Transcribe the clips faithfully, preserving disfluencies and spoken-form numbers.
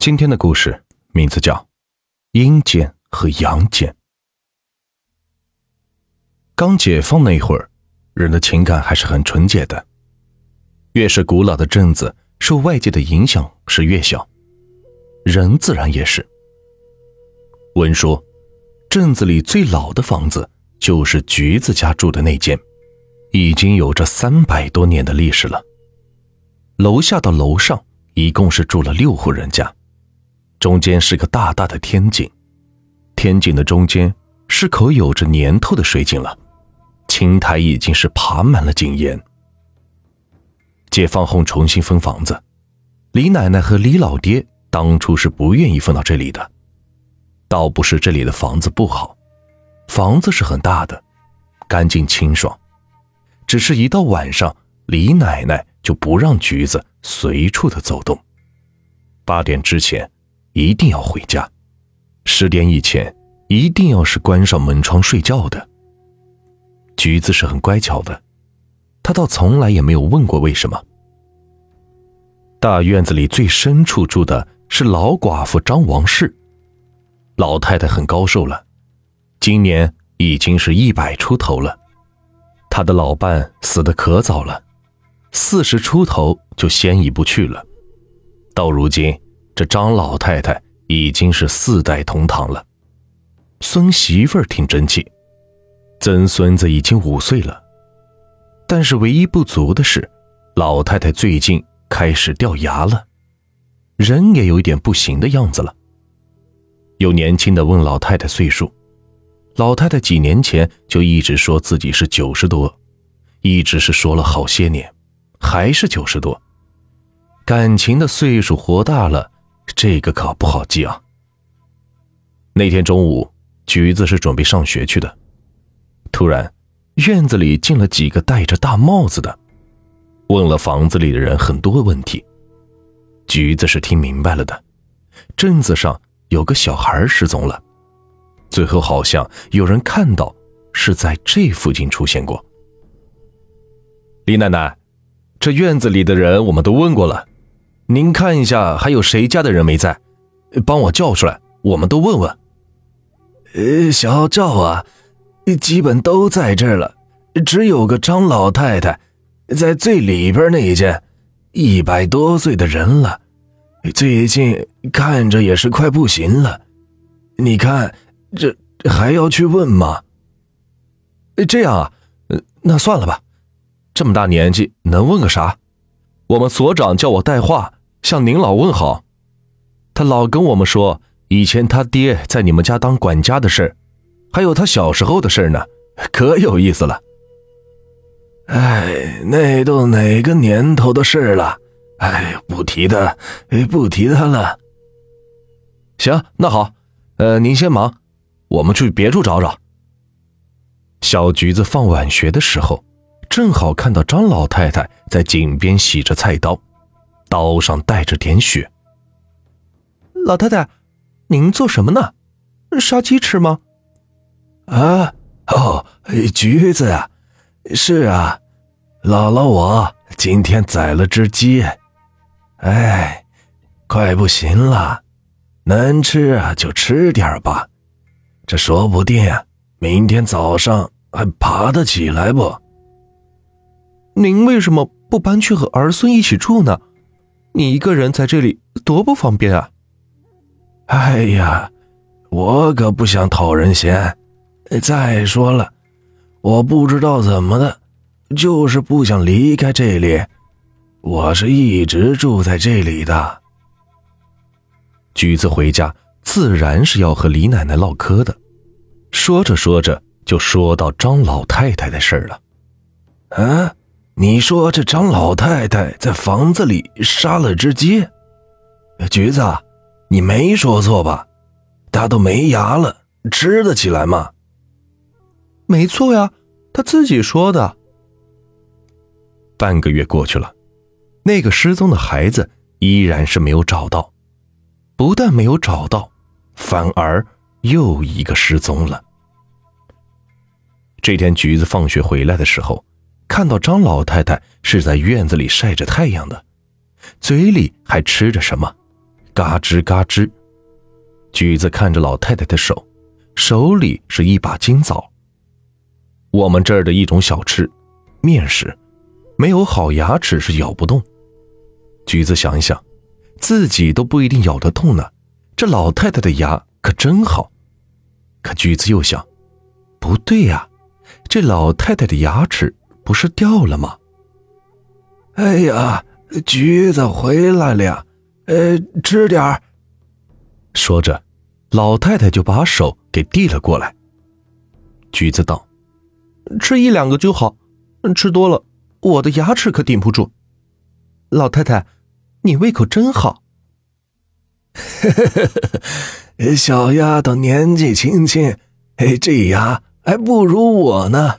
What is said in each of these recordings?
今天的故事名字叫阴间和阳间。刚解放那会儿，人的情感还是很纯洁的。越是古老的镇子，受外界的影响是越小，人自然也是。闻说镇子里最老的房子就是橘子家住的那间，已经有着三百多年的历史了。楼下到楼上一共是住了六户人家，中间是个大大的天井，天井的中间是口有着年头的水井了，青苔已经是爬满了井沿。解放后重新分房子，李奶奶和李老爹当初是不愿意分到这里的。倒不是这里的房子不好，房子是很大的，干净清爽，只是一到晚上，李奶奶就不让橘子随处的走动。八点之前一定要回家，十点以前一定要是关上门窗睡觉的。橘子是很乖巧的，她倒从来也没有问过为什么。大院子里最深处住的是老寡妇张王氏，老太太很高寿了，今年已经是一百出头了。她的老伴死得可早了，四十出头就先一步去了。到如今，这张老太太已经是四代同堂了。孙媳妇儿挺争气，曾孙子已经五岁了。但是唯一不足的是，老太太最近开始掉牙了，人也有一点不行的样子了。有年轻的问老太太岁数，老太太几年前就一直说自己是九十多，一直是说了好些年，还是九十多。感情的岁数活大了，这个可不好记啊。那天中午，橘子是准备上学去的，突然院子里进了几个戴着大帽子的，问了房子里的人很多问题。橘子是听明白了的，镇子上有个小孩失踪了，最后好像有人看到是在这附近出现过。李奶奶，这院子里的人我们都问过了，您看一下还有谁家的人没在，帮我叫出来，我们都问问。 呃，小赵啊，基本都在这儿了，只有个张老太太在最里边那一间，一百多岁的人了，最近看着也是快不行了。你看这还要去问吗？ 这样啊，那算了吧，这么大年纪能问个啥？我们所长叫我带话向您老问好，他老跟我们说以前他爹在你们家当管家的事，还有他小时候的事呢，可有意思了。 哎，那都哪个年头的事了，哎，不提他，不提他了。 行，那好，呃，您先忙，我们去别处找找。小橘子放晚学的时候，正好看到张老太太在井边洗着菜刀，刀上带着点血。老太太，您做什么呢？杀鸡吃吗？ 啊，哦，橘子啊，是啊，姥姥我今天宰了只鸡，哎，快不行了，能吃啊就吃点吧，这说不定明天早上还爬得起来不？ 您为什么不搬去和儿孙一起住呢？你一个人在这里多不方便啊。 哎呀，我可不想讨人嫌，再说了，我不知道怎么的，就是不想离开这里，我是一直住在这里的。 橘子回家自然是要和李奶奶唠嗑的，说着说着就说到张老太太的事了。 啊，你说这张老太太在房子里杀了只鸡？橘子，你没说错吧？她都没牙了，吃得起来吗？ 没错呀，她自己说的。半个月过去了，那个失踪的孩子依然是没有找到，不但没有找到，反而又一个失踪了。这天橘子放学回来的时候，看到张老太太是在院子里晒着太阳的，嘴里还吃着什么， 嘎吱嘎吱。橘子看着老太太的手，手里是一把金枣。我们这儿的一种小吃，面食，没有好牙齿是咬不动。橘子想一想，自己都不一定咬得动呢，这老太太的牙可真好。可橘子又想，不对呀，这老太太的牙齿不是掉了吗？ 哎呀，橘子回来了，呃，吃点儿。 说着，老太太就把手给递了过来。橘子道：吃一两个就好，吃多了我的牙齿可顶不住。老太太，你胃口真好。 小丫头年纪轻轻，这牙还不如我呢。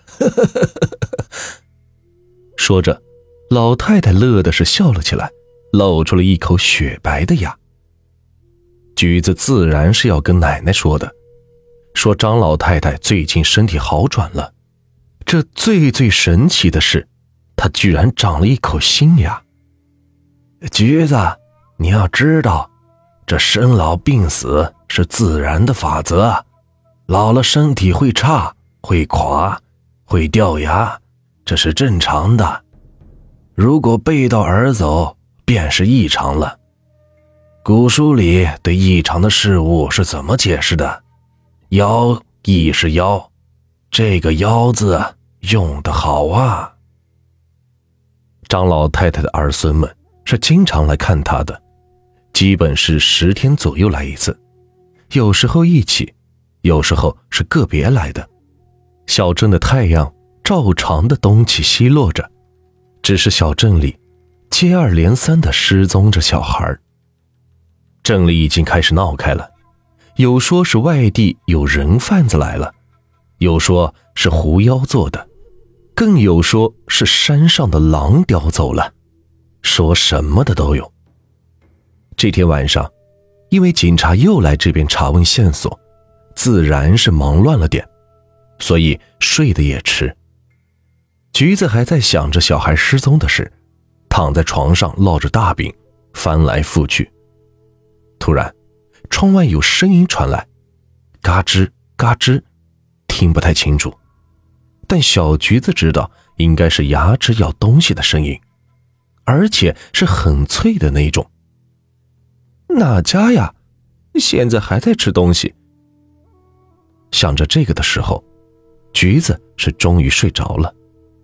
说着，老太太乐的是笑了起来，露出了一口雪白的牙。橘子自然是要跟奶奶说的，说张老太太最近身体好转了。这最最神奇的是，她居然长了一口新牙。 橘子，你要知道，这生老病死是自然的法则，老了身体会差，会垮，会掉牙，这是正常的。如果背道而走，便是异常了。古书里对异常的事物是怎么解释的？妖亦是妖，这个妖字用得好啊。 张老太太的儿孙们是经常来看她的，基本是十天左右来一次，有时候一起，有时候是个别来的。小镇的太阳照常的东起西落着，只是小镇里接二连三的失踪着小孩。镇里已经开始闹开了，有说是外地有人贩子来了，有说是狐妖做的，更有说是山上的狼叼走了，说什么的都有。这天晚上，因为警察又来这边查问线索，自然是忙乱了点，所以睡得也迟。橘子还在想着小孩失踪的事，躺在床上烙着大饼，翻来覆去。突然，窗外有声音传来，嘎吱嘎吱，听不太清楚，但小橘子知道应该是牙齿咬东西的声音，而且是很脆的那种。哪家呀？现在还在吃东西。想着这个的时候，橘子是终于睡着了。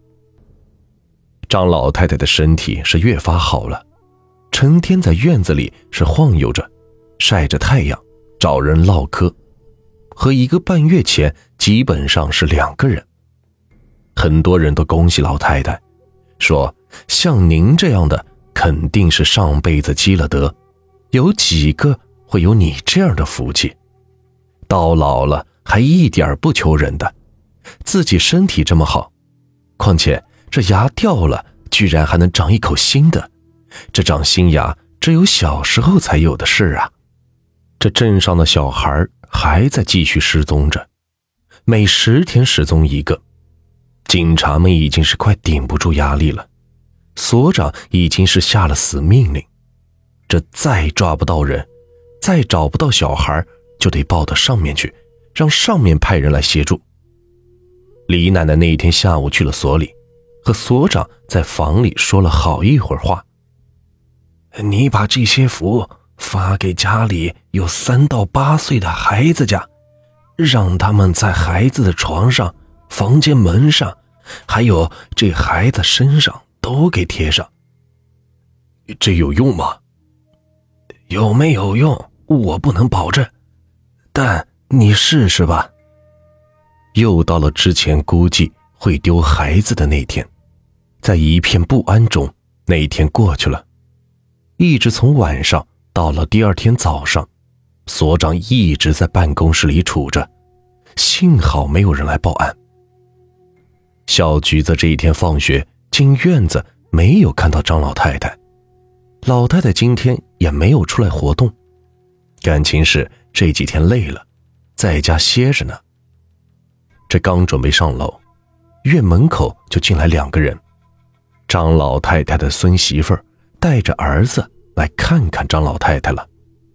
张老太太的身体是越发好了，成天在院子里是晃悠着，晒着太阳，找人唠嗑，和一个半月前基本上是两个人。很多人都恭喜老太太，说像您这样的肯定是上辈子积了德，有几个会有你这样的福气，到老了还一点不求人的，自己身体这么好，况且这牙掉了居然还能长一口新的，这长新牙只有小时候才有的事啊。这镇上的小孩还在继续失踪着，每十天失踪一个，警察们已经是快顶不住压力了，所长已经是下了死命令，这再抓不到人，再找不到小孩，就得报到上面去，让上面派人来协助。李奶奶那天下午去了所里，和所长在房里说了好一会儿话。 你把这些符发给家里有三到八岁的孩子家，让他们在孩子的床上、房间门上，还有这孩子身上都给贴上。 这有用吗？ 有没有用，我不能保证，但你试试吧。 又到了之前估计会丢孩子的那天，在一片不安中，那一天过去了，一直从晚上到了第二天早上，所长一直在办公室里杵着，幸好没有人来报案。小橘子这一天放学进院子，没有看到张老太太，老太太今天也没有出来活动，感情是这几天累了，在家歇着呢。这刚准备上楼，院门口就进来两个人，张老太太的孙媳妇儿带着儿子来看看张老太太了。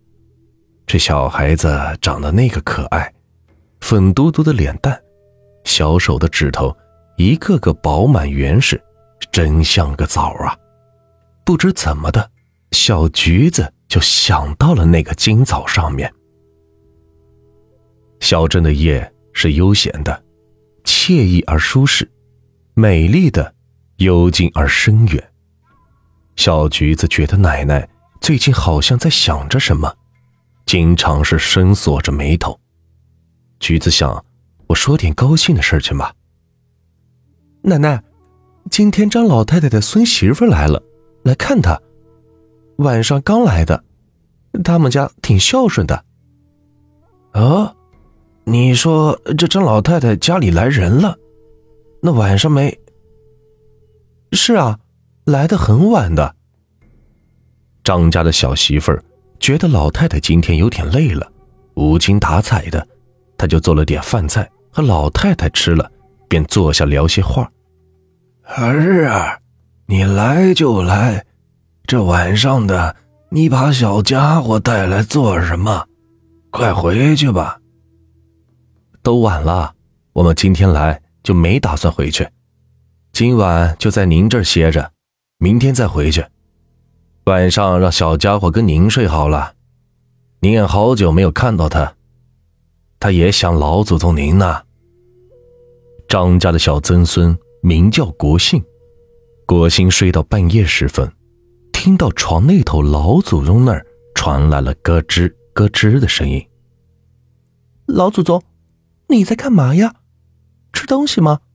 这小孩子长得那个可爱，粉嘟嘟的脸蛋，小手的指头一个个饱满圆实，真像个枣啊。不知怎么的，小橘子就想到了那个金枣上面。小镇的夜是悠闲的，惬意而舒适，美丽的，幽静而深远。小橘子觉得奶奶最近好像在想着什么，经常是深锁着眉头。橘子想，我说点高兴的事情吧。奶奶，今天张老太太的孙媳妇来了，来看她，晚上刚来的，他们家挺孝顺的。 啊，你说这张老太太家里来人了？那晚上没？ 是啊，来得很晚的。张家的小媳妇儿觉得老太太今天有点累了，无精打采的，她就做了点饭菜和老太太吃了，便坐下聊些话。 儿啊，你来就来，这晚上的你把小家伙带来做什么？快回去吧。 都晚了，我们今天来就没打算回去，今晚就在您这儿歇着，明天再回去。晚上让小家伙跟您睡好了，您也好久没有看到他，他也想老祖宗您呢。张家的小曾孙名叫国信，国信睡到半夜时分，听到床那头老祖宗那儿传来了咯吱咯吱的声音。老祖宗，你在干嘛呀？吃东西吗？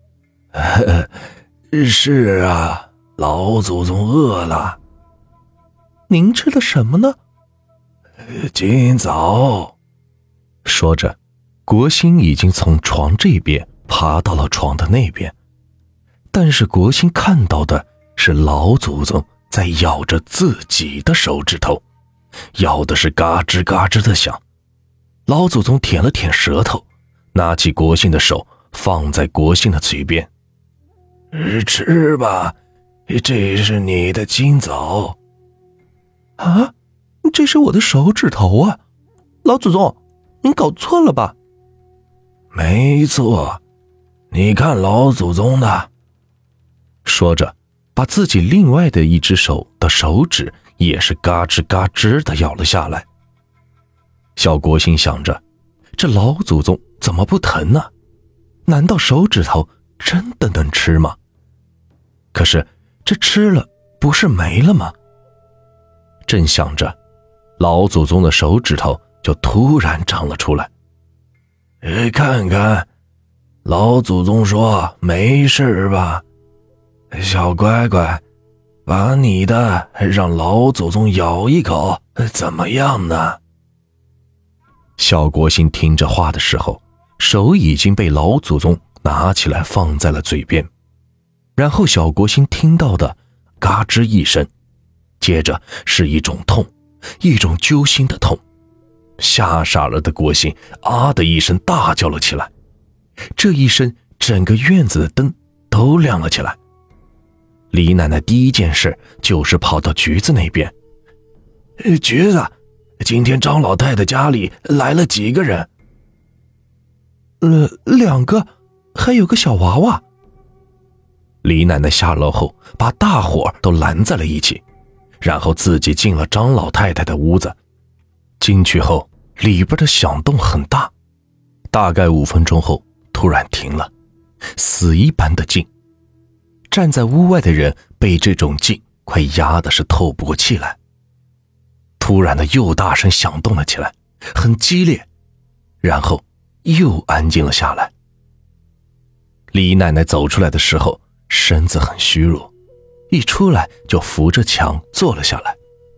是啊，老祖宗饿了。 您吃的什么呢？ 金枣。 说着，国兴已经从床这边爬到了床的那边，但是国兴看到的是老祖宗在咬着自己的手指头，咬的是嘎吱嘎吱的响。老祖宗舔了舔舌头，拿起国兴的手放在国兴的嘴边。 吃吧，这是你的金枣。 啊，这是我的手指头啊！老祖宗，您搞错了吧？ 没错，你看老祖宗的。 说着，把自己另外的一只手的手指也是嘎吱嘎吱地咬了下来。小国兴想着，这老祖宗怎么不疼呢？难道手指头真的能吃吗？可是这吃了不是没了吗？正想着，老祖宗的手指头就突然长了出来。 哎，看看，老祖宗说没事吧？小乖乖，把你的让老祖宗咬一口，怎么样呢？ 小国兴听着话的时候，手已经被老祖宗拿起来放在了嘴边，然后小国兴听到的嘎吱一声，接着是一种痛，一种揪心的痛。吓傻了的国兴啊的一声大叫了起来，这一声整个院子的灯都亮了起来。李奶奶第一件事就是跑到橘子那边。 橘子，今天张老太太家里来了几个人？ 呃，两个，还有个小娃娃。李奶奶下楼后把大伙都拦在了一起，然后自己进了张老太太的屋子。进去后，里边的响动很大，大概五分钟后突然停了，死一般的静。站在屋外的人被这种静快压的是透不过气来。突然的又大声响动了起来，很激烈，然后又安静了下来。李奶奶走出来的时候身子很虚弱，一出来就扶着墙坐了下来。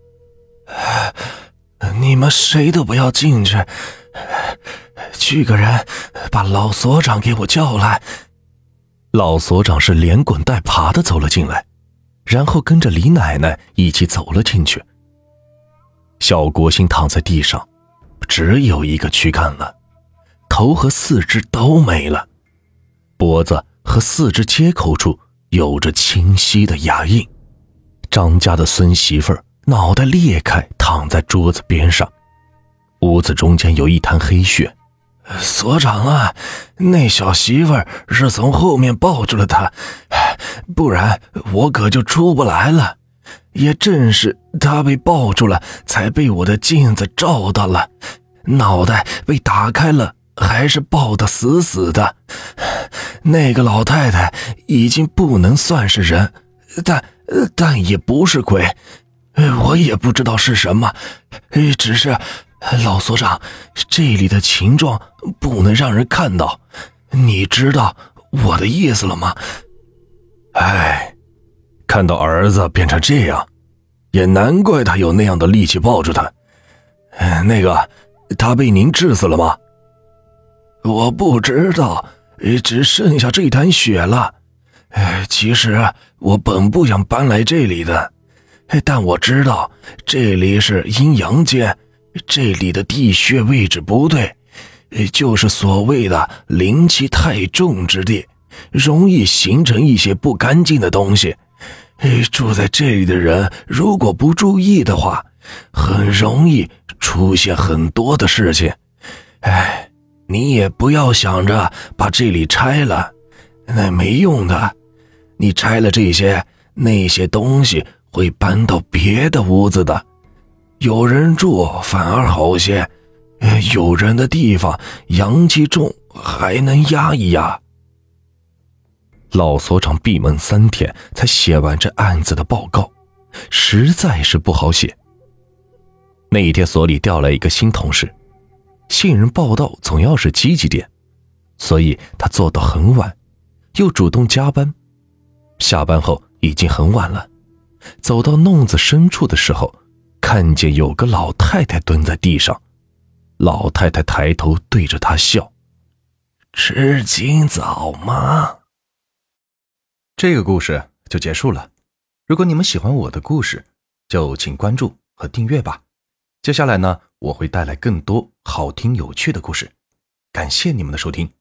你们谁都不要进去，去个人把老所长给我叫来。 老所长是连滚带爬的走了进来，然后跟着李奶奶一起走了进去。小国兴躺在地上，只有一个躯干了，头和四肢都没了，脖子和四肢接口处有着清晰的牙印。张家的孙媳妇儿脑袋裂开躺在桌子边上， 屋子中间有一滩黑血。 所长啊，那小媳妇儿是从后面抱住了他，不然我可就出不来了。也正是他被抱住了，才被我的镜子照到了，脑袋被打开了，还是抱得死死的。那个老太太已经不能算是人，但但也不是鬼，我也不知道是什么，只是老所长，这里的情状不能让人看到，你知道我的意思了吗？ 哎，看到儿子变成这样，也难怪他有那样的力气抱住他。那个，他被您治死了吗？ 我不知道，只剩下这滩血了。其实我本不想搬来这里的，但我知道这里是阴阳间，这里的地穴位置不对，就是所谓的灵气太重之地，容易形成一些不干净的东西。住在这里的人如果不注意的话，很容易出现很多的事情。哎，你也不要想着把这里拆了，那没用的。你拆了这些，那些东西会搬到别的屋子的。有人住反而好些，有人的地方阳气重，还能压一压。 老所长闭门三天才写完这案子的报告，实在是不好写。那一天所里调来一个新同事，新人报道总要是积极点，所以他做到很晚，又主动加班。下班后已经很晚了，走到弄子深处的时候，看见有个老太太蹲在地上。老太太抬头对着他笑：“ 吃今早吗？” 这个故事就结束了。如果你们喜欢我的故事，就请关注和订阅吧。接下来呢，我会带来更多好听有趣的故事。感谢你们的收听。